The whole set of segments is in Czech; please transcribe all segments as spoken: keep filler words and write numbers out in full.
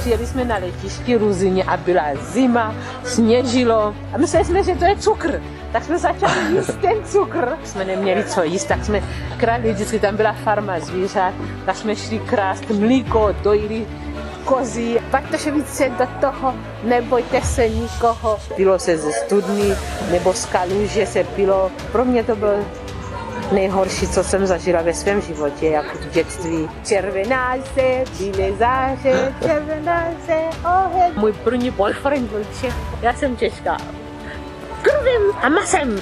přijeli jsme na letišti Ruzyně a byla zima, sněžilo a mysleli jsme, že to je cukr. Tak jsme začali jíst ten cukr. Jsme neměli co jíst, tak jsme kradli, vždycky tam byla farma zvířat, tak jsme šli krást mlíko, dojili kozy. Bartošovice do toho, nebojte se nikoho. Pilo se ze studny nebo z kaluže se pilo. Pro mě to bylo nejhorší, co jsem zažila ve svém životě, jako v dětství. Červená se, bílé záře, červená se, oheň. Můj první boyfriend byl Čech, já jsem Češka. Krvím a masem.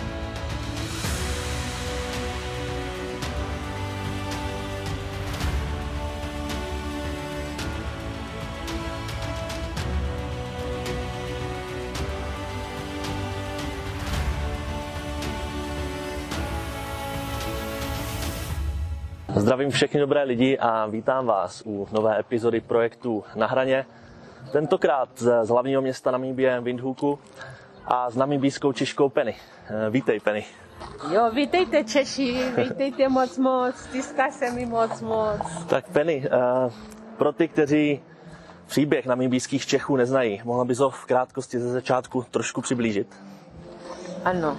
Zdravím všechny dobré lidi a vítám vás u nové epizody projektu Na hraně. Tentokrát z hlavního města Namibie Windhoeku a s namibijskou Češkou Penny. Vítej, Penny. Jo, vítejte Češi, vítejte moc moc, stýská se mi moc moc. Tak Penny, pro ty, kteří příběh namibijských Čechů neznají, mohla bys ho v krátkosti ze začátku trošku přiblížit? Ano.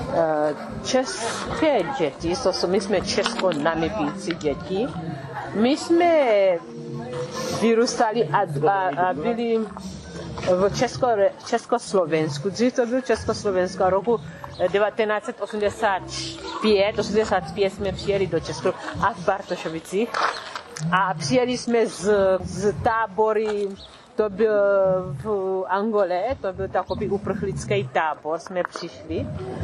České děti, to jsou, my jsme česko-namibijci děti, my jsme vyrůstali a, a, a byli v Česko, Československu, dřív to bylo Československo, roku devatenáct set osmdesát pět, osmdesát pět jsme přijeli do Česku a v Bartošovicích a přijeli jsme z, z tábory. To byl v Angole, to byl takový uprchlický tábor, jsme přišli.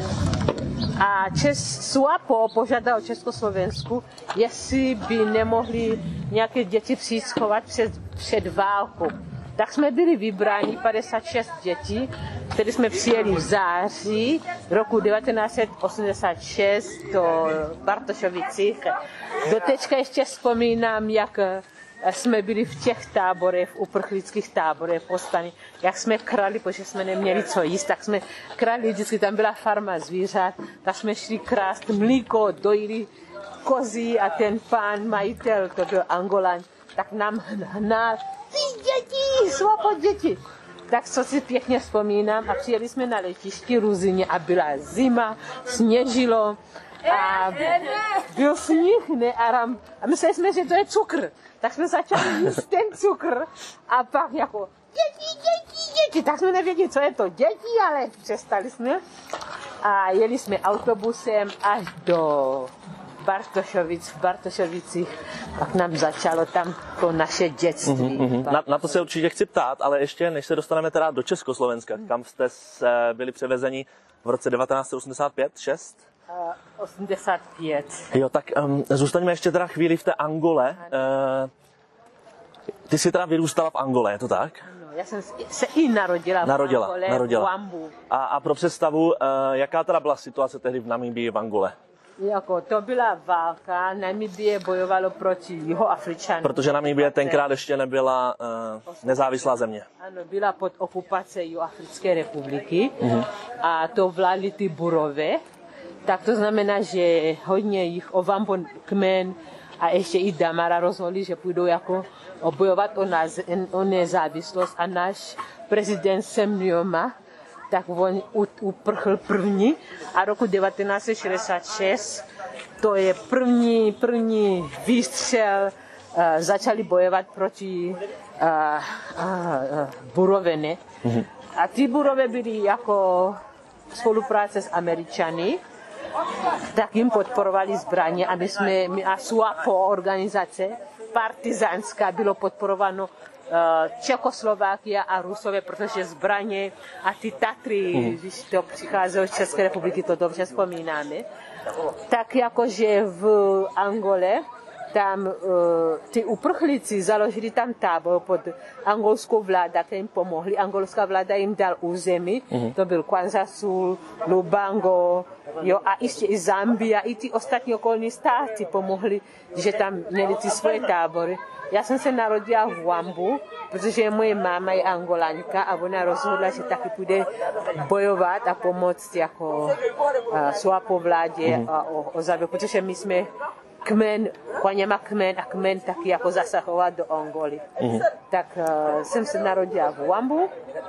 A Čes, SWAPO požádal Československu, jestli by nemohli nějaké děti přijít schovat před, před válkou. Tak jsme byli vybráni padesát šest dětí, které jsme přijeli v září roku devatenáct set osmdesát šest do Bartošovicích. Dotečka ještě vzpomínám, jak jsme byli v těch táborech, v uprchlických táborech v Ostani, jak jsme krali, protože jsme neměli co jíst, tak jsme krali, vždycky tam byla farma zvířat, tak jsme šli krást mlíko, dojili kozy a ten pán, majitel, to byl Angolan, tak nám hnal, ty děti, SWAPO děti. Tak co si pěkně vzpomínám a přijeli jsme na letišti Ruzyně a byla zima, sněžilo a byl sníh, ne, a, ram, a mysleli jsme, že to je cukr. Tak jsme začali jíst ten cukr a pak jako děti, děti, děti. Tak jsme nevěděli, co je to děti, ale přestali jsme. A jeli jsme autobusem až do Bartošovic, v Bartošovicích. Pak nám začalo tam to naše dětství. Mm-hmm. Na, na to se určitě chci ptát, ale ještě než se dostaneme teda do Československa, mm. kam jste se byli převezeni v roce devatenáct set osmdesát pět, šest? Uh, osmdesát pět. Jo, tak um, zůstaňme ještě teda chvíli v té Angole. Uh, ty jsi teda vyrůstala v Angole, je to tak? Ano, já jsem se i narodila, narodila v Angole, narodila. v Wambu. A, a pro představu, uh, jaká teda byla situace tehdy v Namibii v Angole? Jako, to byla válka, Namibie bojovalo proti Jihoafričanům. Protože Namibie tenkrát ještě nebyla uh, nezávislá země. Ano, byla pod okupací Jihoafrické republiky mm-hmm. a to vládli ty Burové. Tak to znamená, že hodně jich Ovambo kmen a ještě i Damara rozhodli, že půjdou jako bojovat o, naz, o nezávislost a náš prezident Sam Nujoma, tak on uprchl první a roku devatenáct set šedesát šest to je první, první výstřel, uh, začali bojovat proti uh, uh, Burové, ne? Mm-hmm. A ty Burové byli jako spolupráce s Američany, tak jim podporovali zbraně a my jsme, my a SWAPO organizace partizánská bylo podporováno uh, Čekoslovákia a Rusové, protože zbraně a ty Tatry, mm. když to přicházelo z České republiky, to dobře vzpomínáme. Tak jakože v Angole tam uh, ty uprchlíci založili tam tábor pod angolskou vládu, které jim pomohli. Angolská vláda jim dal území, mm-hmm. to byl Kwanza-Sul, Lubango, jo, a ještě i Zambia, i ty ostatní okolní státy pomohli, že tam měli ty svoje tábory. Já jsem se narodila v Wambu, protože moje máma je Angolanka a ona rozhodla, že taky půjde bojovat a pomoct jako uh, SWAPO vládě mm-hmm. a o, o závěr, protože my jsme kmen, po něma kmen a kmen taky jako zasahovat do Angoly. Mm-hmm. Tak uh, jsem se narodila v Wambu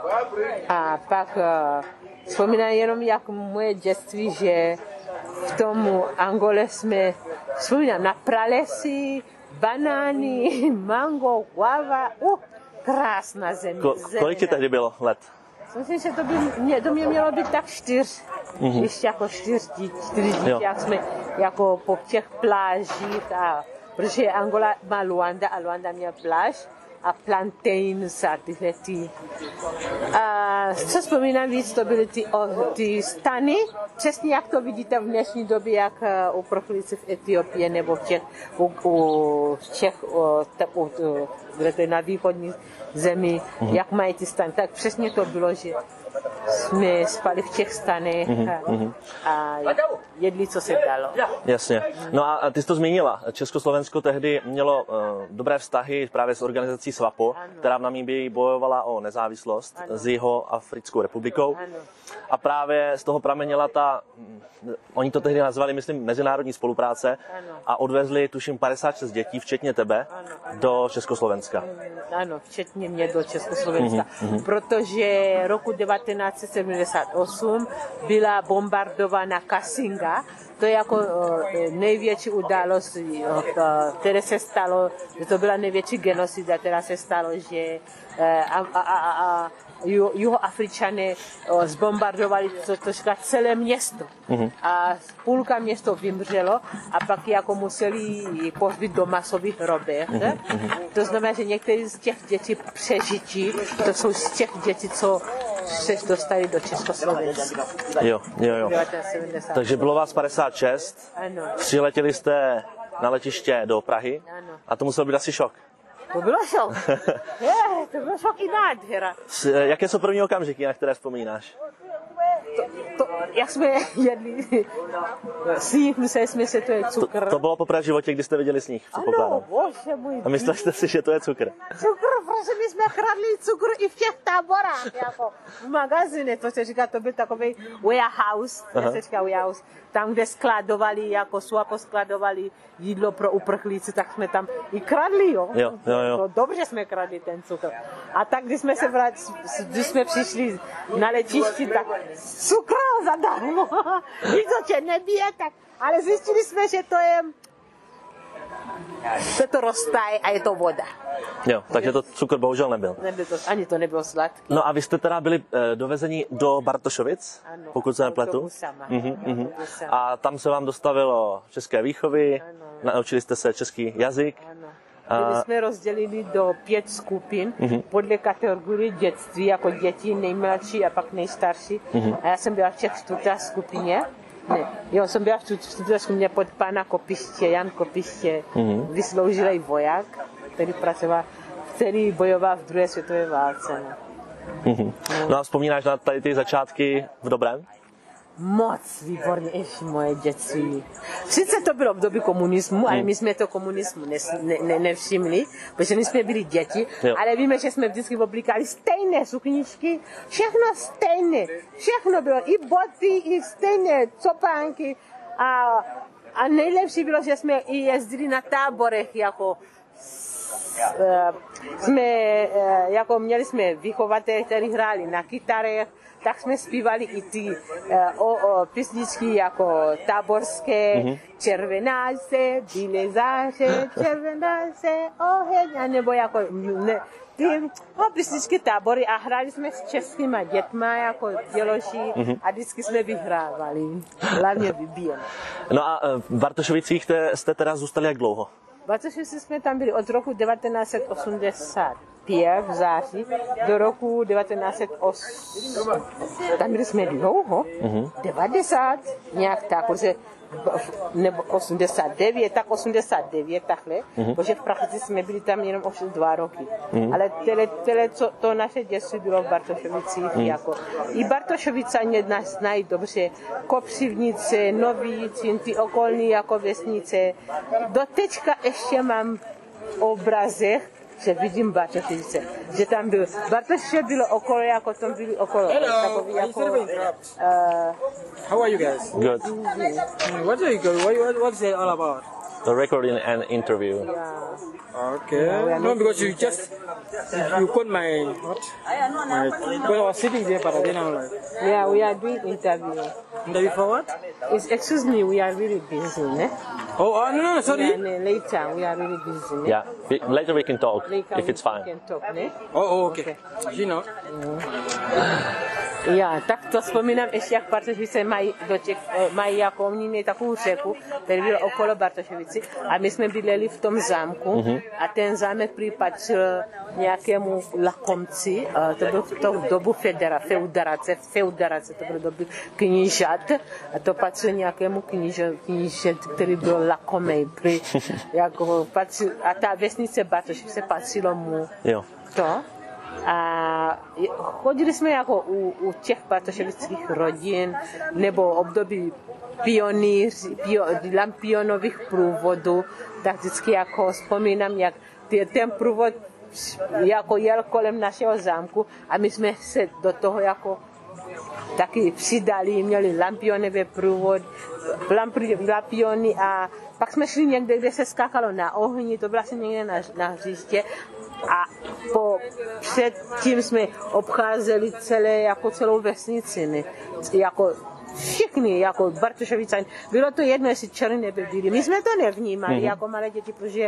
a pak uh, vzpomínám jenom jak moje dětství, že v tomu Angole jsme, vzpomínám na pralesy, banány, mango, guava, uh, krásná země. Ko, kolik ti tehdy bylo let? Myslím, že to by mě, to mě mělo být tak čtyř, mm-hmm. ještě jako čtyř dítí, jak jsme jako po těch plážích, a, protože Angola má Luanda a Luanda měl pláž a plantains a tyhle ty. A co vzpomínám víc, to byly ty, o, ty stany, přesně jak to vidíte v dnešní době, jak u uprchlíci v Etiopii nebo v těch, u, u, v těch u, u, u, kde to je na východní zemi, mm-hmm. jak mají ty stany, tak přesně to bylo, že jsme spali v těch stanech mm-hmm. a jedli, co se dalo. Jasně. No a ty jsi to zmínila. Československo tehdy mělo uh, dobré vztahy právě s organizací SWAPO, ano. která v Namíbii bojovala o nezávislost ano. s Jihoafrickou republikou. Ano. A právě z toho pramenila ta, oni to tehdy nazvali, myslím, mezinárodní spolupráce ano. a odvezli, tuším, padesát šest dětí, včetně tebe, ano. do Československa. Ano, včetně mě do Československa, mm-hmm. protože roku devatenáct set sedmdesát osm byla bombardována Kasinga. To je jako největší událost, které se stalo, že to byla největší genocida, která se stalo, že a, a, a, a Jihoafričané zbombardovali to, to celé město. Mm-hmm. A půlka město vymřelo a pak jako museli pozbít do masových hrobek. Mm-hmm. To znamená, že některé z těch dětí přežití, to jsou z těch dětí, co se dostali do Československa. Jo, jo, jo. Takže bylo vás padesát šest, ano. Přiletěli jste na letiště do Prahy ano. a to musel být asi šok. To bylo šok. Je, to bylo šok i nádhera. Jaké jsou první okamžiky, na které vzpomínáš? To, to, jak jsme jedli sníh, mysleli jsme, že to je cukr. To, to bylo poprvé v životě, kdy jste viděli sníh, ano, bože můj. A mysleli jste si, že to je cukr? Cukr, protože my jsme kradli cukr i v těch táborách, jako v magazíne, to se říká, to byl takový warehouse, se říká warehouse, tam, kde skladovali, jako SWAPO skladovali jídlo pro uprchlíci, tak jsme tam i kradli, jo. jo, jo, jo. No, dobře jsme kradli ten cukr. A tak, když jsme se vrátili, když jsme přišli na letišti, tak cukr zadarmo, nikdo tě nebije, tak, ale zjistili jsme, že to je, že to roztaje a je to voda. Jo, takže to cukr bohužel nebyl. Nebyl to, ani to nebylo sladký. No a vy jste teda byli e, dovezeni do Bartošovic, ano, pokud se nepletu. Mhm, mhm. A tam se vám dostavilo české výchovy, ano. naučili jste se český jazyk. Ano. Byli jsme rozdělili do pět skupin mm-hmm. podle kategorie dětství, jako děti, nejmladší a pak nejstarší. Mm-hmm. A já jsem byla v těch čtvrté skupině. Ne, jo, jsem byla v čtvrté skupině pod pana Kopiště, Jan Kopiště, mm-hmm. vysloužilý voják, který pracoval, který bojoval v druhé světové válce. Mm-hmm. No. no a vzpomínáš na tady ty začátky v dobrém? Moc výborně, ještě moje dětství. Sice to bylo v době komunismu, hmm. ale my jsme to komunismu ne, ne, ne, nevšimli, protože my jsme byli děti, jo. ale víme, že jsme vždycky oblíkali stejné sukničky, všechno stejné, všechno bylo, i boty, i stejné copánky a, a nejlepší bylo, že jsme i jezdili na táborech, jako uh, jsme, uh, jako měli jsme vychovatele, kteří hráli na kytarech, tak jsme zpívali i ty uh, o, o, písničky jako táborské, mm-hmm. Červená se, bílé záře, červená se, oheň, nebo jako ne, ty o, písničky tábory a hráli jsme s českýma dětma jako děloši mm-hmm. a vždycky jsme vyhrávali, hlavně vybíjeli. No a v Bartošovicích jste, jste teda zůstali jak dlouho? V Bartošovicích jsme tam byli od roku devatenáct set osmdesát pět v září do roku devatenáct set osm. Tam byli jsme dlouho, mm-hmm. devadesát, nějak tak, protože nebo osmdesát devět, tak osmdesát devět takhle, mm-hmm. protože v praxi jsme byli tam jenom už dva roky. Mm-hmm. Ale tele, tele, co, to naše dětství bylo v Bartošovicích. Mm-hmm. Jako. I Bartošovice nás znají dobře. Kopřivnice, Novíčin, ty okolní jako vesnice. Do teďka ještě mám obrazech, že vidím Bartošovice, že tam byl. Bartošovice bylo okolo, jako tam byli okolo. Takový jako... Uh, How are you guys? Good. Mm, what are you going? What, what, what's it all about? recording an interview. Yeah. Okay. Yeah, No, because you just you put my what? My because I was sitting there, but then I'm like, Yeah, we are doing interview. interview for what? It's, excuse me, we are really busy, ne? Oh, oh no, no, Yeah, sorry. ne, later, we are really busy, ne? Yeah, we, later we can talk Later if we it's fine. can talk, ne? Oh, oh, okay. You know. Já, tak to vzpomínám ještě, jak Bartošovice mají, do těch, mají jako měli takovou řeku, který byl okolo Bartošovici a my jsme bydleli v tom zámku mm-hmm. a ten zámek připatřil nějakému lakomci, to byl v tou dobu federa, feudarace, feudarace, to byl doby knížat a to patřil nějakému kníže, kníže, který byl lakomej, prý, jako patřil, a ta vesnice Bartošovice patřilo mu Jo. to. A chodili jsme jako u, u těch bartošovických rodin nebo období pionýř, pio, lampionových průvodů, tak vždycky jako vzpomínám, jak ty, ten průvod jako jel kolem našeho zámku a my jsme se do toho jako taky přidali, měli lampionové průvod, lampiony a pak jsme šli někde, kde se skákalo na ohni, to bylo asi někde na, na hřiště a po, předtím jsme obcházeli celé, jako celou vesnici, ne? Jako všichni, jako Bartošovicani. Bylo to jedno, jestli černý nebo bílý. My jsme to nevnímali, mm-hmm. jako malé děti, protože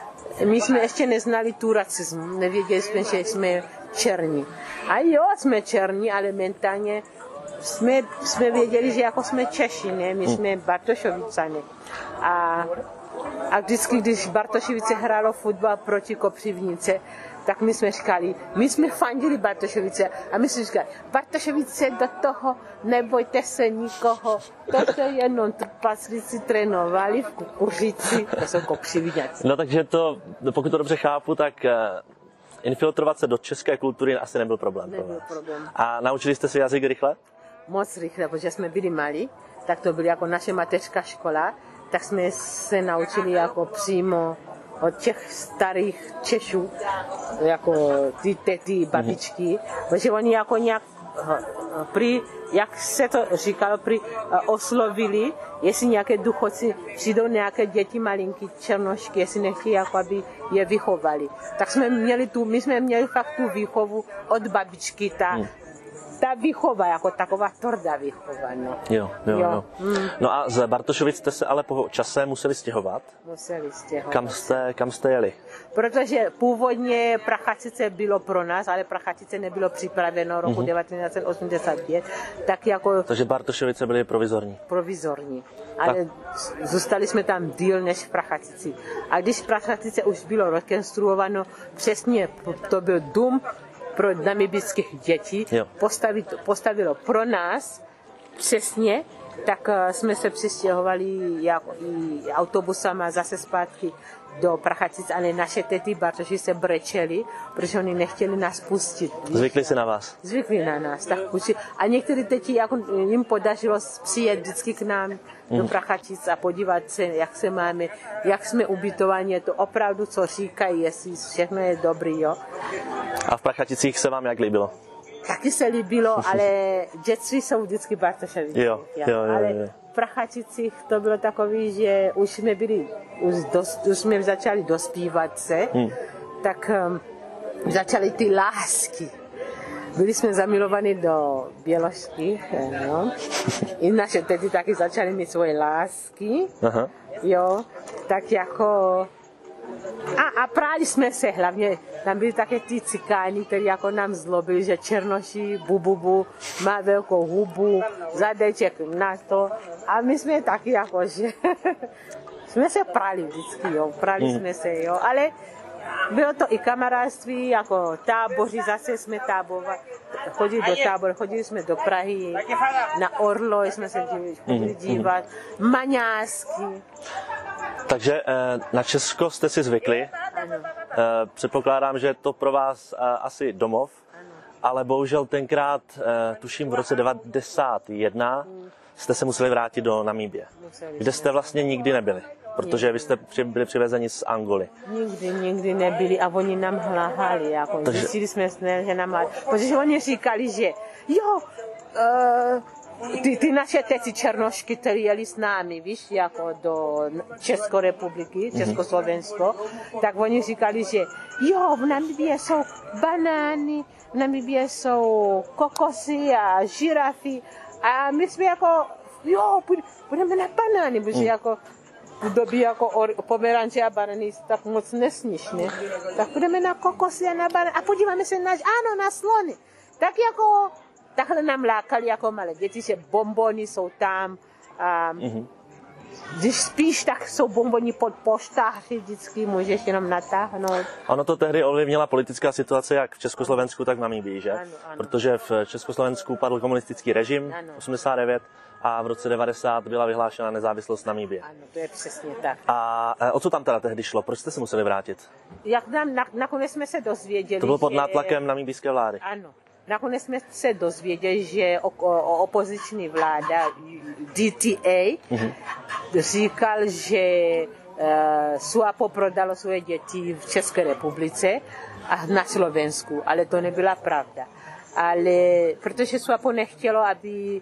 my jsme ještě neznali tu racismu, nevěděli jsme, že jsme černí. A jo, jsme černí, ale mentálně jsme, jsme věděli, že jako jsme Češi, ne? My jsme Bartošovicani. A, a vždycky, když Bartošovice hrálo fotbal proti Kopřivnice, tak my jsme říkali, my jsme fandili Bartošovice a my jsme říkali, Bartošovice do toho, nebojte se nikoho, to se jenom trpaslíci trénovali v Kukuřici, to jsou Kopřivňáci. No takže to, pokud to dobře chápu, tak infiltrovat se do české kultury asi nebyl problém. Nebyl problém. A naučili jste se jazyk rychle? Moc rychle, protože jsme byli malí, tak to byla jako naše mateřská škola, tak jsme se naučili jako přímo od těch starých Češů, jako ty tety, babičky, mm-hmm. protože oni jako nějak, prý, jak se to říkalo, prý, oslovili, jestli nějaké důchodci přijdou nějaké děti malinký černošky, jestli nechtějí, jako aby je vychovali. Tak jsme měli tu, my jsme měli fakt tu výchovu od babičky, ta, mm. ta výchova, jako taková tvrdá výchova. No. Jo, jo, jo. jo. Mm. No a z Bartošovic jste se ale po čase museli stěhovat? Museli stěhovat. Kam jste, kam jste jeli? Protože původně Prachatice bylo pro nás, ale Prachatice nebylo připraveno roku mm-hmm. devatenáct set osmdesát pět, tak jako... Takže Bartošovice byly provizorní? Provizorní, ale tak. Zůstali jsme tam díl než v Prachatici. A když v Prachatice už bylo rekonstruováno, přesně to byl dům pro namibických dětí, postavit, postavilo pro nás přesně, tak jsme se přistěhovali jako i autobusama zase zpátky do Prachatic, ale naše tety Bartoši se brečeli, protože oni nechtěli nás pustit. Zvykli si na vás? Zvykli na nás, tak pustit. A některé tety, jako jim podařilo přijet vždycky k nám mm. do Prachatic a podívat se, jak se máme, jak jsme ubytováni, je to opravdu, co říkají, jestli všechno je dobrý, jo. A v Prachaticích se vám jak líbilo? Taky se líbilo, ale dětství jsou vždycky Bartošovice. Jo, jo, jo, jo. Ale v Prachaticích to bylo takový, že už jsme byli, už, dost, už jsme začali dospívat se, hmm. tak um, začaly ty lásky. Byli jsme zamilovaní do Běložky, no. I naše tety taky začaly mít svoje lásky, aha. Jo, tak jako... A, a práli jsme se, hlavně tam byli také ty cikáni, kteří jako nám zlobili, že černoši, bububu, má velkou hubu, zadeček na to. A my jsme taky jako, že jsme se prali vždycky, jo, prali hmm. jsme se, jo, ale bylo to i kamarádství, jako táboři, zase jsme tábovali, chodili do táboru, chodili jsme do Prahy, na Orlo jsme se chodili dívat, maňásky. Takže na Česko jste si zvykli, předpokládám, že je to pro vás asi domov, ale bohužel tenkrát, tuším v roce devadesát jedna, jste se museli vrátit do Namíbie, kde jste vlastně nikdy nebyli, protože vy jste byli přivezeni z Angoly. Nikdy, nikdy nebyli a oni nám hláhali, jako, Takže... zjistili jsme, že nám hláhali, protože oni říkali, že jo, uh, ty, ty naše teci černošky, které jeli s námi, víš, jako do České republiky, Československo, tak oni říkali, že jo, v Namibě jsou banány, v Namibě jsou kokosy a žirafy a my jsme jako, jo, budeme na banány, protože jako v době jako pomeranče a banány tak moc nesníš, ne? Tak budeme na kokosy a na banány a podíváme se na, ano, na slony. Tak jako, takhle nám lákali jako malé děti, že bonbony jsou tam. A mm-hmm. Když spíš, tak jsou bonbony pod poštáři, vždycky můžeš jenom natáhnout. Ono to tehdy ovlivnila politická situace jak v Československu, tak v Namibii, že? Ano, ano. Protože v Československu padl komunistický režim ano. osmdesát devět a v roce devadesát byla vyhlášena nezávislost Namibie. Ano, to je přesně tak. A o co tam teda tehdy šlo? Proč jste se museli vrátit? Jak nám, na, nakonec jsme se dozvěděli, to bylo pod že... nátlakem namibijské vlády. Ano. Nakonec jsme se dozvěděli, že o, o, opoziční vláda D T A mm-hmm. říkal, že uh, SWAPO prodalo svoje děti v České republice a na Slovensku, ale to nebyla pravda. Ale protože SWAPO nechtělo, aby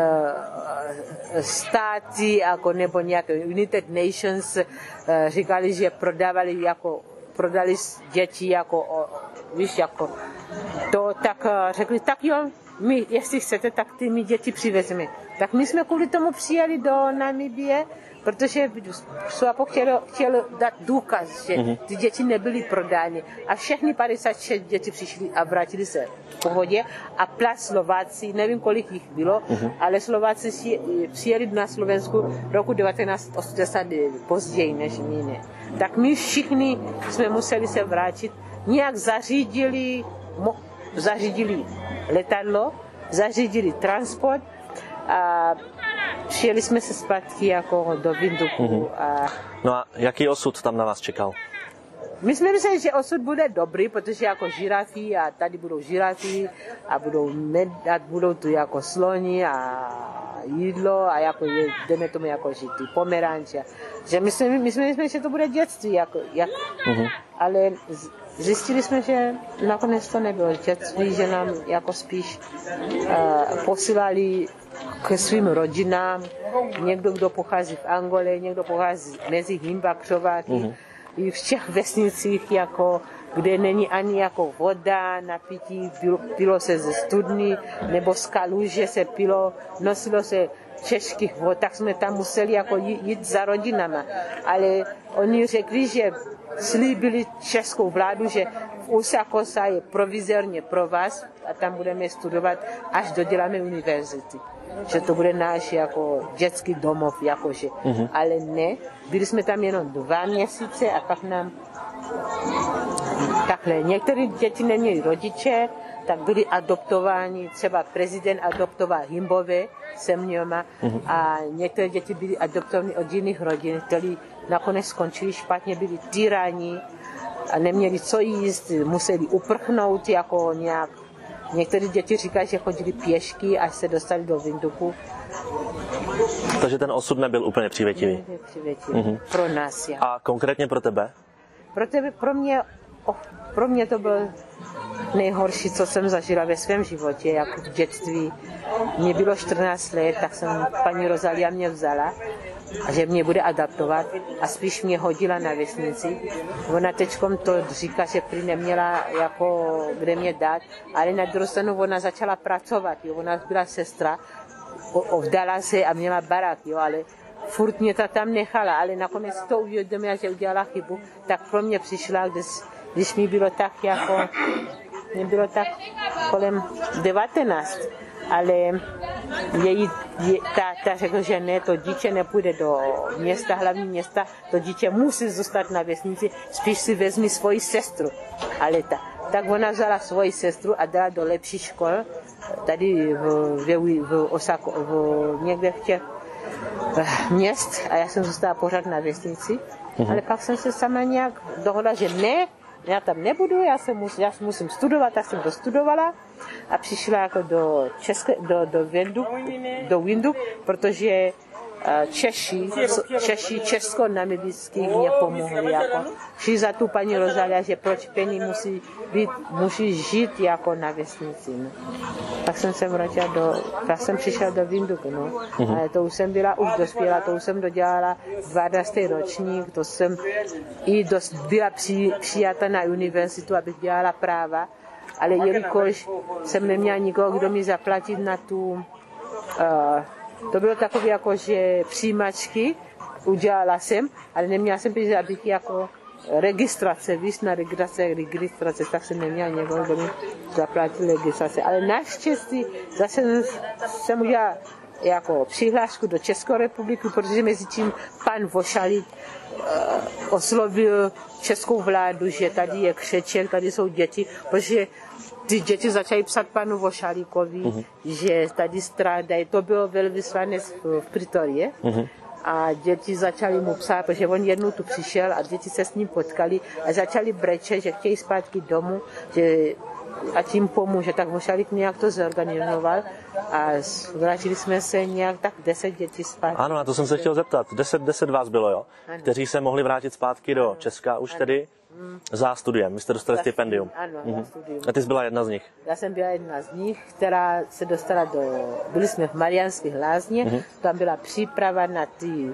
uh, státy jako, nebo nějaké United Nations uh, říkali, že prodávali jako prodali děti jako, víš, jako to, tak řekli, tak jo, my, jestli chcete, tak ty mi děti přivezme. Tak my jsme kvůli tomu přijeli do Namibie, protože SWAPO chtělo, chtělo dát důkaz, že mm-hmm. ty děti nebyly prodány. A všechny padesát šest děti přišli a vrátili se v pohodě. A plus Slováci, nevím, kolik jich bylo, mm-hmm. ale Slováci si přijeli na Slovensku roku devatenáct osmdesát devět, později než my ne. Tak my všichni jsme museli se vrátit, nějak zařídili, mo, zařídili letadlo, zařídili transport a přijeli jsme se zpátky jako do Windhoeku. Mm-hmm. A no a jaký osud tam na vás čekal? My jsme mysleli, že osud bude dobrý, protože jako žirafy a tady budou žirafy a budou, med, a budou tu jako sloni a jídlo a jako je, jdeme tomu jako žít, pomeranče. Že my jsme, my jsme mysleli, že to bude dětství, jako, jak, mm-hmm. ale zjistili jsme, že nakonec to nebylo dětství, že nám jako spíš uh, posílali k svým rodinám, někdo, kdo pochází v Angole, někdo pochází mezi Himbakřováky, mm-hmm. i v těch vesnicích, jako, kde není ani jako voda na pití, pilo, pilo se ze studny, nebo z kaluže se pilo, nosilo se českých vod, tak jsme tam museli jako jít za rodinama. Ale oni řekli, že slíbili českou vládu, že v Usakosa je provizorně pro vás a tam budeme studovat, až doděláme univerzity. Že to bude náš jako dětský domov, jakože. Mm-hmm. Ale ne, byli jsme tam jenom dva měsíce a pak nám takhle. Některé děti neměli rodiče, tak byli adoptováni, třeba prezident adoptoval Himbové se mňoma mm-hmm. a některé děti byly adoptovány od jiných rodin, kteří nakonec skončili špatně, byli týraní a neměli co jíst, museli uprchnout jako nějak. Některé děti říkají, že chodili pěšky, až se dostali do Windhoeku. Takže ten osud nebyl úplně přívětivý. Nebyl přívětivý. Mm-hmm. Pro nás, já. A konkrétně pro tebe? Pro tebe, pro mě, oh, pro mě to bylo nejhorší, co jsem zažila ve svém životě, jako v dětství. Mně bylo čtrnáct let, tak jsem paní Rosalia mě vzala, a že mě bude adaptovat a spíš mě hodila na vesnici. Ona teďkom to říká, že prý neměla jako kde mě dát, ale na druhou stranu ona začala pracovat, jo. Ona byla sestra, vdala se a měla barák, jo, ale furt mě ta tam nechala, ale nakonec to uvědomila, že udělala chybu, tak pro mě přišla, když, když mi bylo tak jako, mě bylo tak kolem devatenáct. Ale její táta řekl, že ne, to dítě nepůjde do města, hlavní města, to dítě musí zůstat na vesnici, spíš si vezmi svoji sestru. Ale ta, tak ona vzala svoji sestru a dala do lepší škol, tady v, v, v Osako, v někde v těch měst a já jsem zůstala pořád na vesnici, mm-hmm. ale pak jsem se sama nějak dohodla, že ne, já tam nebudu, já, se mus, já musím studovat, tak jsem to studovala a přišla jako do České, do, do Windhoek, do Windhoek, protože uh, Češi, Češi česko-namibijských mě pomohli. Jako. Šli za tu paní Rozalia, že proč Penny musí, být, musí žít jako na vesnici. No. Tak jsem se vrátila do, tak jsem přišla do Windhoeku. No. Mm-hmm. Ale to už jsem byla už dospělá, to už jsem dodělala dvacátý ročník, to jsem i dost byla při, přijata na univerzitu, abych dělala práva. Ale jelikož jsem neměla nikoho, kdo mi zaplatit na tu, uh, to bylo takové jako, že přijímačky, udělala jsem, ale neměla jsem peníze, abych jako registrace, víš, na registrace, registrace, tak jsem neměla někoho, kdo mi zaplatil registrace. Ale naštěstí zase jsem udělala jako přihlášku do České republiky, protože mezi tím pan Vošalík uh, oslovil českou vládu, že tady je křeček, tady jsou děti, protože ty děti začaly psát panu Vošalíkovi, uh-huh. že tady strádají. To bylo velvyslanec v, v Pretorii. Uh-huh. A děti začaly mu psát, protože on jednou tu přišel a děti se s ním potkali a začali brečet, že chtějí zpátky domů, že a tím pomůže. Tak Vošalík nějak to zorganizoval a vrátili jsme se nějak tak deset dětí zpátky. Ano, na to jsem se chtěl zeptat. Deset, deset vás bylo, jo? Ano. Kteří se mohli vrátit zpátky do Česka už ano. tedy mm. za studiem. Vy jste dostali za stipendium. Ano, mm-hmm. za studium. A ty jsi byla jedna z nich? Já jsem byla jedna z nich, která se dostala do... Byli jsme v Mariánských Lázních, mm-hmm. tam byla příprava na ty...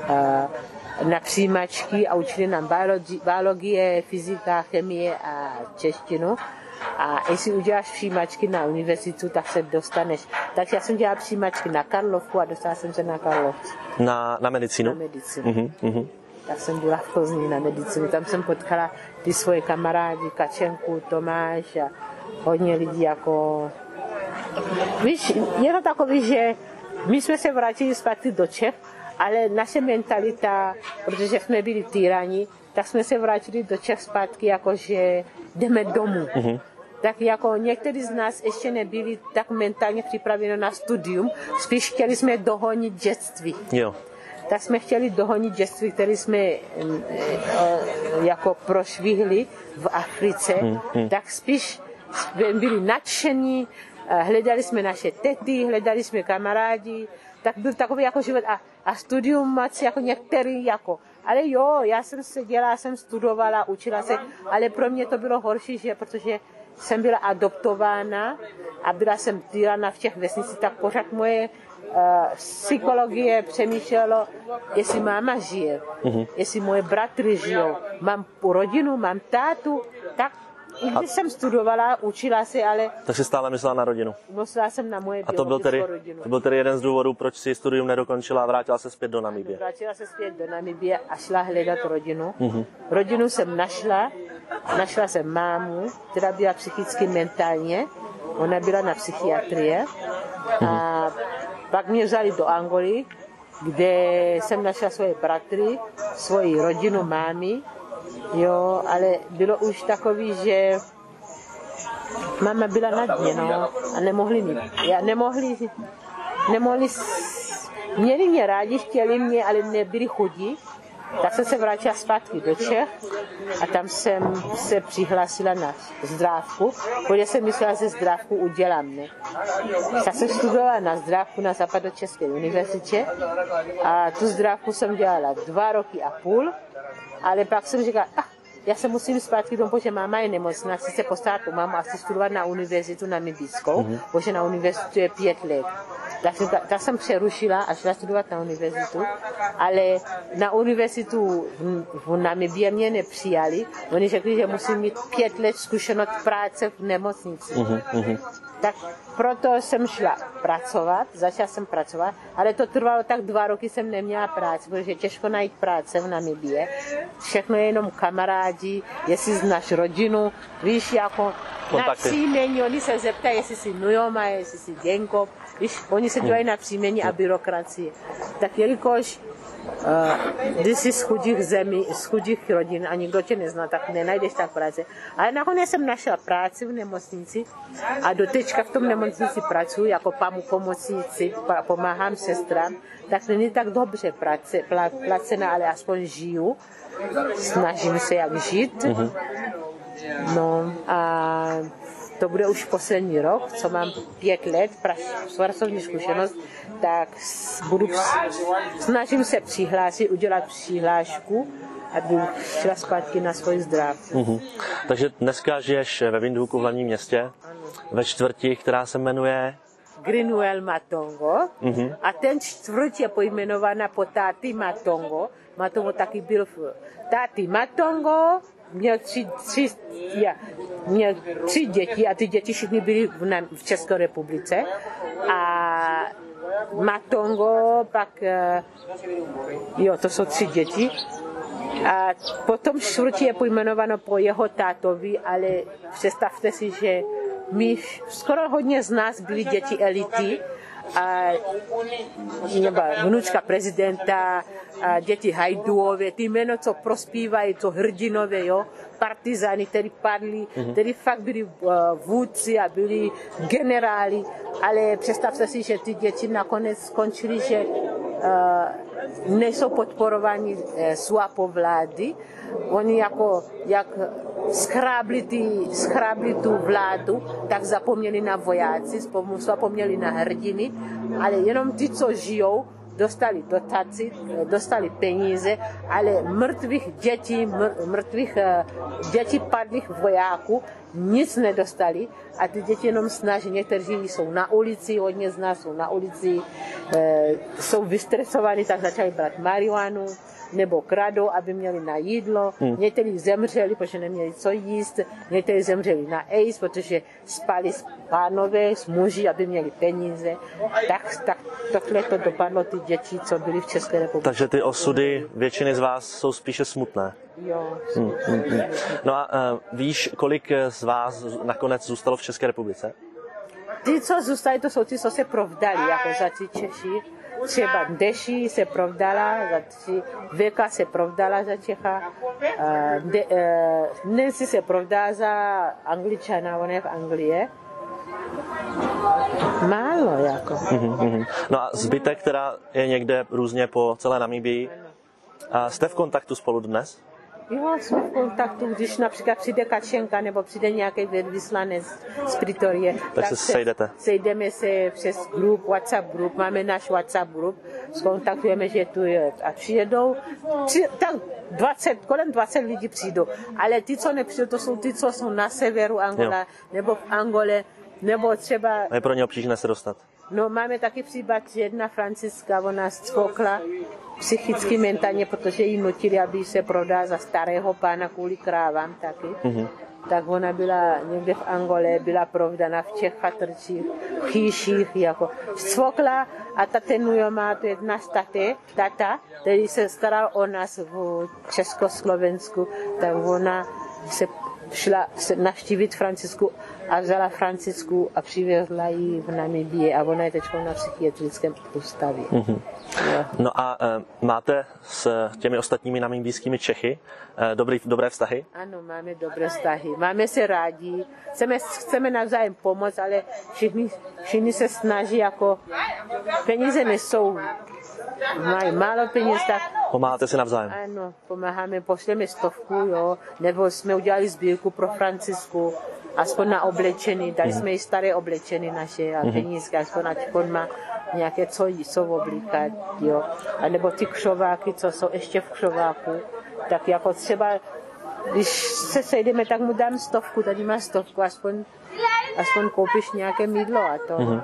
Uh, na přijímačky a učili nám biologi, biologie, fyzika, chemie a češtinu. A jestli uděláš přijímačky na univerzitu, tak se dostaneš. Takže já jsem dělala přijímačky na Karlovku a dostala jsem se na Karlovku. Na, na medicínu? Na medicínu. Uh-huh, uh-huh. Tak jsem byla v Plzni na medicínu. Tam jsem potkala ty svoje kamarády, Kačenku, Tomáš a hodně lidí jako... Víš, je to takový, že my jsme se vrátili zpátky do Čech, ale naše mentalita, protože jsme byli týrani, tak jsme se vrátili do Čech zpátky, jakože jdeme domů. Uh-huh. Tak jako někteří z nás ještě nebyli tak mentálně připraveni na studium, spíš chtěli jsme dohonit dětství. Jo. Tak jsme chtěli dohonit dětství, které jsme e, e, jako prošvihli v Africe, uh-huh. tak spíš jsme byli nadšení, hledali jsme naše tety, hledali jsme kamarádi, tak byl takový jako život a, a studium moc jako některý jako. Ale jo, já jsem se dělala, jsem studovala, učila se, ale pro mě to bylo horší, že protože jsem byla adoptována a byla jsem týrána v těch vesnicích, tak pořád moje uh, psychologie přemýšlelo, jestli máma žije, uh-huh. jestli moje bratry žijou, mám rodinu, mám tátu, tak i když a... jsem studovala, učila se, ale... Tak jsi stále myslela na rodinu. Myslela jsem na moje biologickou rodinu. A to byl tedy, rodinu. To byl tedy jeden z důvodů, proč si studium nedokončila a vrátila se zpět do Namibie. Vrátila se zpět do Namibie a šla hledat rodinu. Uh-huh. Rodinu jsem našla, našla jsem mámu, která byla psychicky mentálně, ona byla na psychiatrie. Uh-huh. A pak mě vzali do Angoly, kde jsem našla svoje bratry, svoji rodinu mámy. Jo, ale bylo už takový, že máma byla nad mě, no, a nemohli mi, já nemohli, nemohli, měli mě rádi, chtěli mě, ale nebyli chudí, tak jsem se vrátila zpátky do Čech a tam jsem se přihlásila na zdrávku, protože jsem myslela, že zdrávku udělám, ne. Tak jsem studovala na zdrávku na Západočeské univerzitě a tu zdrávku jsem dělala dva roky a půl. Ale pak jsem říkala, ah, já se musím zpátky domů, protože máma je nemocná, chci se postarat o mámu a chci studovat na univerzitu namibijskou, mm-hmm. protože na univerzitu je pět let. Tak, tak jsem přerušila a šla studovat na univerzitu, ale na univerzitu v, v Namibě mě nepřijali. Oni řekli, že musím mít pět let zkušenost práce v nemocnici. Mm-hmm. Tak proto jsem šla pracovat, začala jsem pracovat, ale to trvalo tak dva roky, jsem neměla práci, protože těžko najít práce v Namibě. Všechno je jenom kamarádi, jestli znáš rodinu, víš, jako na příjmení, oni se zeptají, jestli jsi Nujoma, jestli jsi Děnkov, víš, oni se dívají na příjmení a byrokracii. Tak jelikož Uh, když jsi z chudých zemí, z chudých rodin a nikdo tě nezná, tak nenajdeš tak práci. Ale nakonec jsem našla práci v nemocnici a do teďka v tom nemocnici pracuji jako pomocníci, pomáhám sestrám, tak není tak dobře práce, placená, ale aspoň žiju, snažím se jak žít. Mm-hmm. No a to bude už poslední rok, co mám pět let pracovní zkušenost, tak budu, snažím se přihlásit, udělat přihlášku, aby šla zpátky na svůj zdrav. Mm-hmm. Takže dneska žiješ ve Windhoeku v hlavním městě, ano. Ve čtvrti, která se jmenuje Greenwell Matongo. Mm-hmm. A ten čtvrť je pojmenovaná po táty Matongo. Matongo taky byl v táty Matongo, měl tři, tři, ja, měl tři děti a ty děti všichni byly v, v České republice. A Matongo pak, jo, to jsou tři děti. A potom čtvrtí je pojmenováno po jeho tátovi, ale představte si, že my skoro hodně z nás byli děti elity, a nebo vnučka prezidenta, a děti Hajduové, ty jméno, co prospívají, co hrdinové, jo, partizány, kteří padli, kteří fakt byli vůdci a byli generáli, ale představte si, že ty děti nakonec skončili, že uh, nejsou podporováni uh, SWAPO vlády. Oni jako, jak schrábli, ty, schrábli tu vládu, tak zapomněli na vojáci, zapomněli na hrdiny, ale jenom ty, co žijou, dostali dotaci, dostali peníze, ale mrtvých dětí, mrtvých dětí padlých vojáků nic nedostali a ty děti jenom snaží, někteří jsou na ulici, hodně z nás jsou na ulici, jsou vystresovaní, tak začali brát marihuanu nebo kradou, aby měli na jídlo. Hmm. Někteří zemřeli, protože neměli co jíst, někteří zemřeli na AIDS, protože spali s pánové, s muži, aby měli peníze. Tak, tak tohle to dopadlo ty děti, co byly v České republice. Takže ty osudy většiny z vás jsou spíše smutné. Jo. Hmm, hmm, hmm. No a uh, víš, kolik z vás nakonec zůstalo v České republice? Ty, co zůstali, to jsou ty, co se provdali, jako za ty Češi. Třeba Deši se provdala, za tři, Veka se provdala za Čecha, de, uh, Nancy se provdala za Angličana, ona je v Anglii. Málo jako. Mm-hmm. No a zbytek, která je někde různě po celé Namibii. A jste v kontaktu spolu dnes? Jo, jsme v kontaktu, když například přijde Kačenka nebo přijde nějaký velvyslanec z Pretorie. Tak, tak se sejdete. Sejdeme se přes grup, WhatsApp grup, máme náš WhatsApp grup, skontaktujeme, že tu je a přijedou, při, tak dvacet, kolem dvacet lidí přijdou, ale ty, co nepřijdou, to jsou ty, co jsou na severu Angola, jo. Nebo v Angole, nebo třeba... A je pro ně obtížné se dostat. No, máme taky případ, že jedna Franciska, ona zcvokla psychicky, mentálně, protože jí nutili, aby se prodala za starého pána kvůli krávám taky. Mm-hmm. Tak ona byla někde v Angole, byla provdaná v těch chatrčích, v chýších, jako zcvokla a ta tenujoma, to je náš tate, tata, který se staral o nás v Československu, tak ona se šla navštívit Francisku a vzala Francisku a přivezla ji v Namibii a ona je teď na psychiatrickém ústavě. Mm-hmm. No a e, máte s těmi ostatními namibijskými Čechy e, dobrý, dobré vztahy? Ano, máme dobré vztahy. Máme se rádi, chceme, chceme navzájem pomoct, ale všichni, všichni se snaží, jako peníze nesou, mají málo peněz, tak... Pomáháte si navzájem? Ano, pomáháme, pošleme stovku, jo, nebo jsme udělali sbírku pro Francisku, aspoň na oblečení, dali jsme jí staré oblečení naše a penízky, aspoň aspoň má nějaké co jí, co oblíkat, jo. A nebo ty křováky, co jsou ještě v křováku, tak jako třeba, když se sejdeme, tak mu dám stovku, tady má stovku, aspoň, aspoň koupíš nějaké mýdlo a to. Mm-hmm.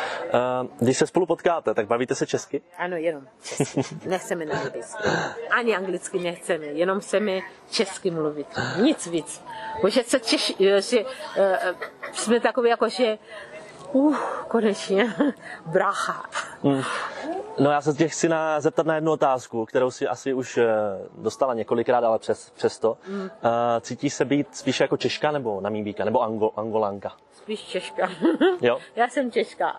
Uh, když se spolu potkáte, tak bavíte se česky? Ano, jenom česky. Nechceme na anglicky. Ani anglicky nechceme, jenom chceme česky mluvit. Nic víc. Protože se Češi, že uh, jsme takový jako, že uh, konečně brácha. Mm. No já se tě chci na, zeptat na jednu otázku, kterou si asi už dostala několikrát, ale přes, přesto. Mm. Uh, cítíš se být spíše jako Češka nebo Namibíka, nebo Ango, Angolánka? Spíš Češka. Jo? Já jsem Češka.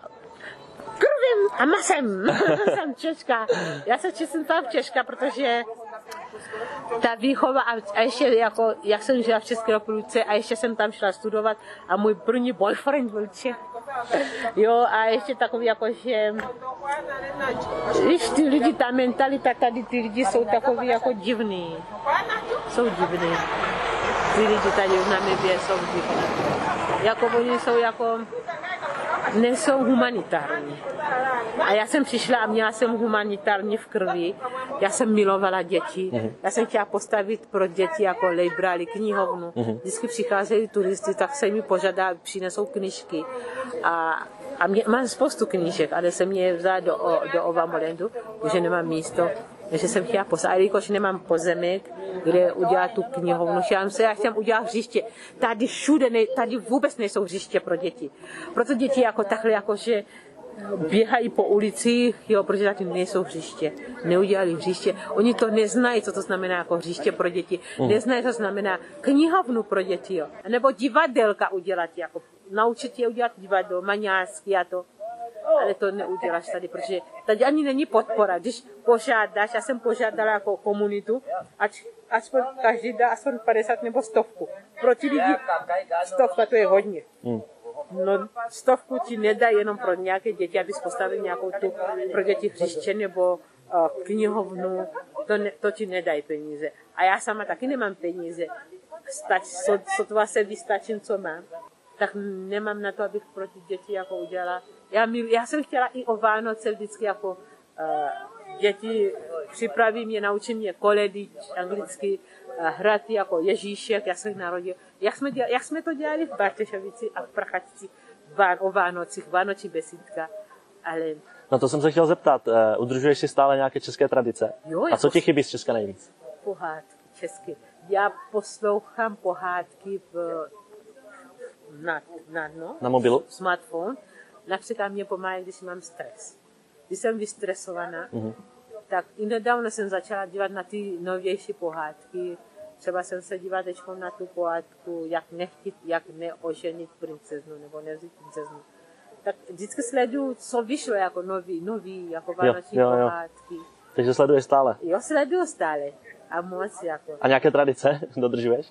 Krvím a masem. Jsem Češka. Já se cítím fakt Češka, protože ta výchova a, a ještě jako, jak jsem žila v České republice a ještě jsem tam šla studovat a můj první boyfriend byl Čech. Jo, a ještě takový jako, že víš, ty lidi, ta mentalita tady, ty lidi jsou takový jako divný. Jsou divný. Ty lidi tady v Namibě jsou divný. jako oni jsou jako, nejsou humanitární. A já jsem přišla a měla jsem humanitární v krvi. Já jsem milovala děti. Mm-hmm. Já jsem chtěla postavit pro děti jako library, knihovnu. Mm-hmm. Vždycky přicházejí turisty, tak se mi požádá, přinesou knížky. A, a mě, mám spoustu knížek, ale jsem mě vzala do, do Ovamolendu, protože nemám místo. Takže jsem chtěla postavit, jelikož nemám pozemek, kde udělat tu knihovnu. Já jsem, já jsem udělat hřiště. Tady všude, ne, tady vůbec nejsou hřiště pro děti. Proto děti jako takhle, jakože běhají po ulicích, jo, protože tady nejsou hřiště. Neudělali hřiště. Oni to neznají, co to znamená jako hřiště pro děti. Mm. Neznají, co to znamená knihovnu pro děti, jo. Nebo divadelka udělat, jako naučit je udělat divadlo, maňářský a to. Ale to neuděláš tady, protože tady ani není podpora. Když požádáš, já jsem požádala jako komunitu, ať aspoň každý dá aspoň padesát nebo stovku. Pro ty lidi stovka to je hodně. Mm. No, stovku ti nedá jenom pro nějaké děti, abys postavil nějakou tu pro děti hřiště nebo uh, knihovnu, to, ne, to ti nedají peníze. A já sama taky nemám peníze. Stač, so, sotva se vystačím, co mám, tak nemám na to, abych pro ty děti jako udělala. Já, já jsem chtěla i o Vánoce vždycky jako uh, děti připraví mě, naučí mě koledy anglicky, uh, hrát jako Ježíšek, já jsem narodil. Jak jsme, dělali, jak jsme to dělali v Bartešovici a v Prachačci o Vánocích, Vánoční besídka, ale... No to jsem se chtěl zeptat, uh, udržuješ si stále nějaké české tradice? Jo, a co ti chybí z Česka nejvíc? Pohádky české. Já poslouchám pohádky v, na, na, no, na mobilu? Smartphone. Například mě pomáhá, když mám stres. Když jsem vystresovaná, mm-hmm. tak i nedávno jsem začala dívat na ty novější pohádky. Třeba jsem se dívala teď na tu pohádku, jak nechtit, jak neoženit princeznu, nebo nevzít princeznu. Tak vždycky sleduju, co vyšlo jako nový, nový, jako vánoční pohádky. Takže sleduješ stále? Jo, sleduju stále. A moc jako. A nějaké tradice dodržuješ?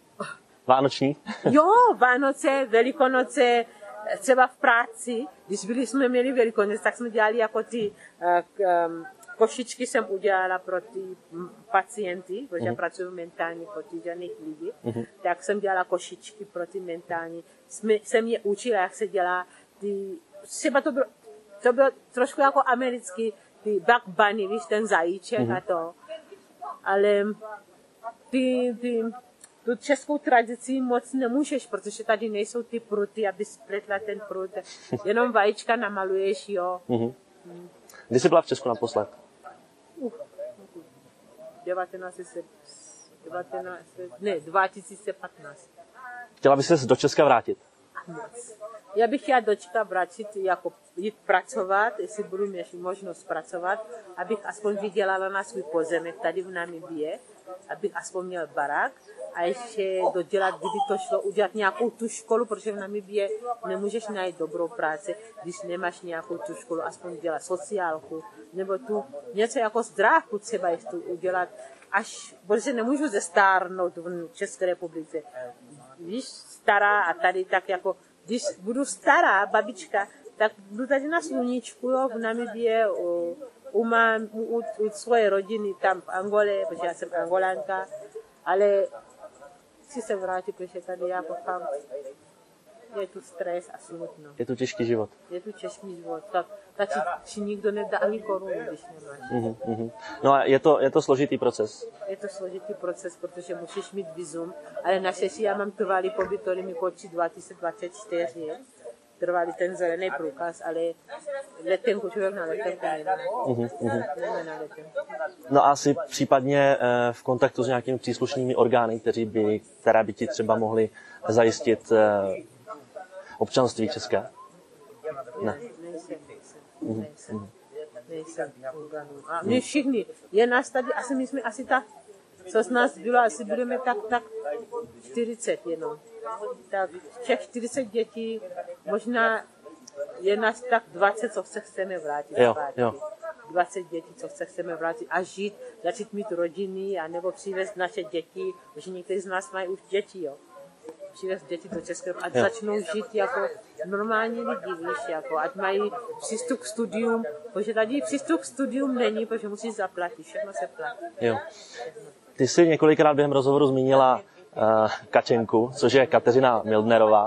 Vánoční? Jo, Vánoce, Velikonoce, třeba v práci, když byli jsme měli Velikonoce, tak jsme dělali jako ty um, košičky jsem udělala pro ty pacienty, protože mm-hmm. já pracuji mentálně postižených lidí, mm-hmm. tak jsem dělala košičky pro ty mentální. Jsme, jsem je učila, jak se dělá ty, třeba to bylo, to bylo trošku jako americký, ty Bugs Bunny, víš, ten zajíček mm-hmm. a to. Ale ty, ty, tu českou tradici moc nemůžeš, protože tady nejsou ty pruty, aby spletla ten prut. Jenom vajíčka namaluješ, jo. Mm-hmm. Mm. Kdy jsi byla v Česku naposled? Uh, devatenáct set, devatenáct, ne, dva tisíce patnáct. Chtěla bys se do Česka vrátit? Moc. Já bych chtěla do Česka vrátit, jako jít pracovat, jestli budu mít možnost pracovat, abych aspoň vydělala na svůj pozemek tady v Namibie, abych aspoň měl barák a ještě dodělat, kdyby to šlo, udělat nějakou tu školu, protože v Namibie nemůžeš najít dobrou práci, když nemáš nějakou tu školu, aspoň dělat sociálku, nebo tu něco jako zdrávku třeba ještě udělat, až, protože nemůžu zestárnout v České republice. Víš, stará a tady tak jako, když budu stará babička, tak budu tady na sluníčku, jo, v Namibie, u, u, mám, u, u svoje rodiny tam v Angole, protože já jsem Angolánka, ale chci se vrátit, protože tady jako fakt je tu stres a smutno. Je tu těžký život. Je tu těžký život, tak, tak ti, ti nikdo nedá ani korunu, když nemáš. Mm-hmm, mm-hmm. No a je to, je to složitý proces? Je to složitý proces, protože musíš mít vizum, ale naštěstí já mám trvalý pobyt, který mi končí dva tisíce dvacet čtyři. Trvalý ten zelený průkaz, ale letenku, člověk na letenku nemá. Mm-hmm, mm-hmm. Nemá na letenku. No a jsi případně eh, v kontaktu s nějakými příslušnými orgány, kteří by, které by ti třeba mohli zajistit eh, občanství české? Ne. Nejsem, nejsem, nejsem, nejsem orgánů. A my všichni, je nás tady, asi my jsme asi tak, co z nás bylo, asi budeme tak, tak čtyřicet jenom. Tak těch čtyřicet dětí, možná je nás tak dvacet, co se chceme vrátit. Jo, jo. dvacet dětí, co se chceme vrátit a žít, začít mít rodiny, anebo přivést naše děti, protože někteří z nás mají už děti, jo. Přivést děti do České a jo. Začnou žít jako normální lidi, víš, jako, ať mají přístup k studium, protože tady přístup k studium není, protože musíš zaplatit, všechno se platí. Jo. Ty jsi několikrát během rozhovoru zmínila uh, Kačenku, což je Kateřina Mildnerová.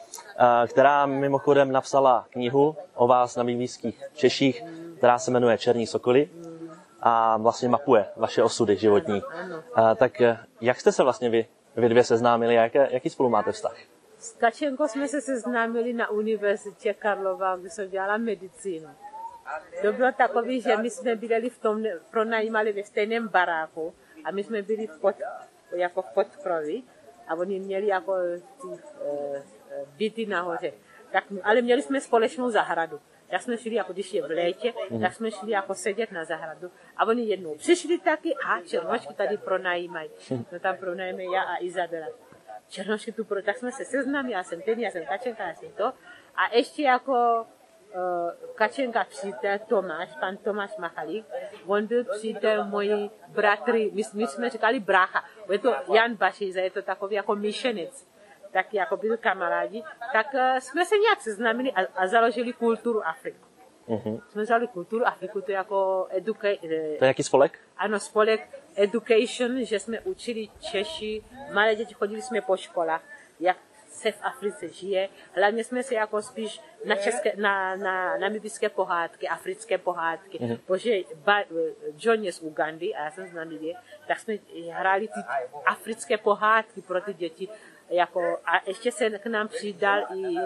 která mimochodem napsala knihu o vás namibijských Češích, která se jmenuje Černí sokoly a vlastně mapuje vaše osudy životní. Tak jak jste se vlastně vy, vy dvě seznámili a jaké, jaký spolu máte vztah? S Kačenkou jsme se seznámili na univerzitě Karlova, kde jsem dělala medicínu. To bylo takový, že my jsme byli v tom, pronajímali ve stejném baráku a my jsme byli v pod, jako v podkroví a oni měli jako ty e, byty nahoře. Tak, ale měli jsme společnou zahradu. Tak jsme šli, jako když je v létě, mm. tak jsme šli jako sedět na zahradu. A oni jednou přišli taky a černošky tady pronajímají. No tam pronajímají já a Izabela. Černošky tu pro, tak jsme se seznámili, já jsem ten, já jsem Kačenka, já jsem to. A ještě jako uh, Kačenka přítel Tomáš, pan Tomáš Machalík, on byl přítel mojí bratry, my, my jsme říkali brácha, je to Jan Bašiza, je to takový jako myšlenec, tak jako byl kamarádi, tak uh, jsme se nějak seznámili a, a založili Kulturu Afriku. Uh-huh. Jsme založili Kulturu Afriku, to je jako eduka- To je jaký spolek? Ano, spolek Education, že jsme učili Češi, malé děti, chodili jsme po školách, jak se v Africe žije. Hlavně jsme se jako spíš na, české, na, na namibijské pohádky, africké pohádky. Mm-hmm. Protože ba, John je z Ugandy a já jsem z Namibie, tak jsme hráli ty africké pohádky pro ty děti. Jako, a ještě se k nám přidal i uh,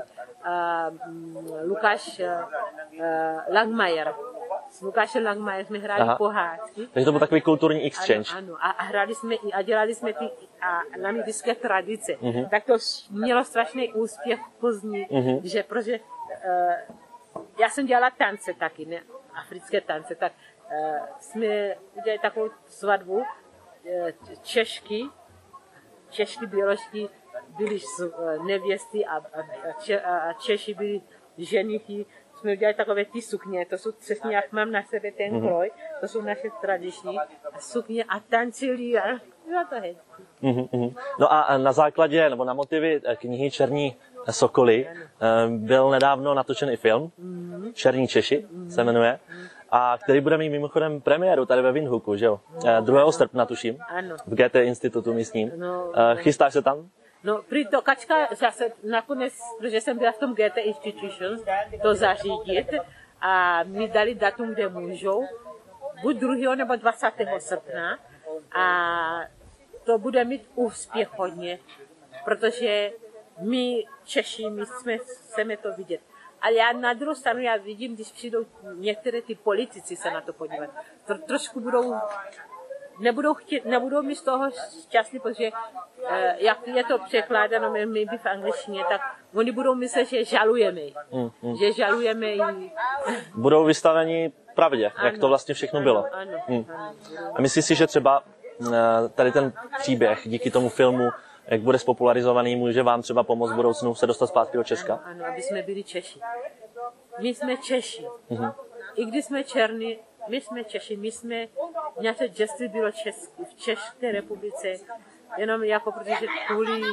Lukáš uh, Langmajer. S Lukášem Langmajer jsme hráli Aha. pohádky. Takže to byl takový kulturní exchange. Ano, ano. A, a hráli jsme a dělali jsme ty namibijské tradice. Uh-huh. Tak to mělo strašný úspěch v Plzni, uh-huh. že protože uh, já jsem dělala tance taky, ne africké tance, tak uh, jsme udělali takovou svatbu uh, Češky, Češky, Běložky byli uh, nevěsty a, a, če, a Češi byli ženichy. Jsme udělali takové ty sukně, to jsou přesně, jak mám na sebe ten kroj, to jsou naše tradiční a sukně a tancili a bylo to hezky. Mm-hmm. No a na základě, nebo na motivy knihy Černí sokoly byl nedávno natočen i film, mm-hmm. Černí Češi mm-hmm. se jmenuje, a který bude mít mimochodem premiéru tady ve Windhoeku, že jo? Ano. druhého srpna tuším, ano. v G T institutu místním. No, Chystáš se tam? No, to Kačka zase nakonec, protože jsem byla v tom G T Institutions, to zařídit a mi dali datum, kde můžou, buď druhého nebo dvacátého srpna a to bude mít úspěch hodně, protože my Češi, my jsme, chceme to vidět. Ale já na druhou stranu já vidím, když přijdou některé ty politici se na to podívat, to trošku budou Nebudou, chtít, nebudou mi z toho šťastní, protože eh, jak je to překládáno my, my v angličtině, tak oni budou myslet, že žalujeme. Mm, mm. Že žalujeme i... Budou vystaveni pravdě, ano, jak to vlastně všechno bylo. Ano, ano, mm. ano, A myslíš si, že třeba tady ten příběh díky tomu filmu, jak bude spopularizovaný, může vám třeba pomoct v budoucnu se dostat zpátky do Česka? Ano, ano, aby jsme byli Češi. My jsme Češi. Mm-hmm. I když jsme černí, my jsme Češi, my jsme, nějaké dětství bylo česky, v České republice, jenom jako protože kvůli,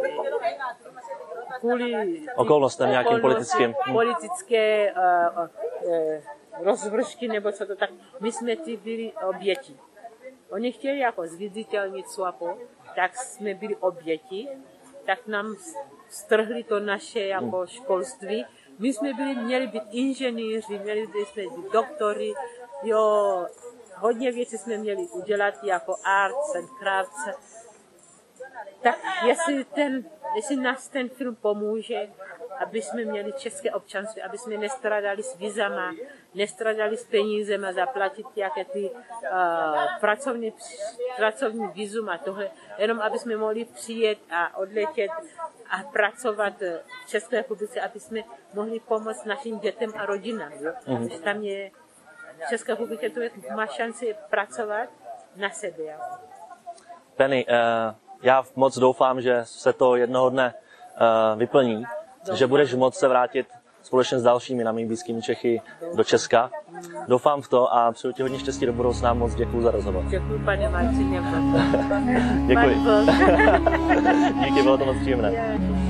kvůli okolnostem nějakým politickým. Politické uh, uh, rozvršky nebo co to tak, my jsme ty byli oběti. Oni chtěli jako zviditelnit Swapo, tak jsme byli oběti, tak nám strhli to naše jako školství. My jsme byli, měli být inženýři, měli jsme být doktory, jo, hodně věcí jsme měli udělat jako arts and crafts. Tak jestli, ten, jestli nás ten film pomůže, aby jsme měli české občanství, aby jsme nestradali s vízama, nestradali s penízema zaplatit jaké ty uh, pracovní, pracovní vízum a tohle, jenom aby jsme mohli přijet a odletět a pracovat v České republice, aby jsme mohli pomoct našim dětem a rodinám. Jo? Mm-hmm. Tam je v České republice, to je, má šanci pracovat na sebe. Jo? Penny, uh, já moc doufám, že se to jednoho dne uh, vyplní, doufám. Že budeš moct se vrátit společně s dalšími namibijskými Čechy doufám. do Česka. Mm. Doufám v to a přeju ti hodně štěstí do budoucna. Moc děkuji za rozhovor. Děkuji, pane Marcině. Děkuji. Díky, bylo to moc příjemné.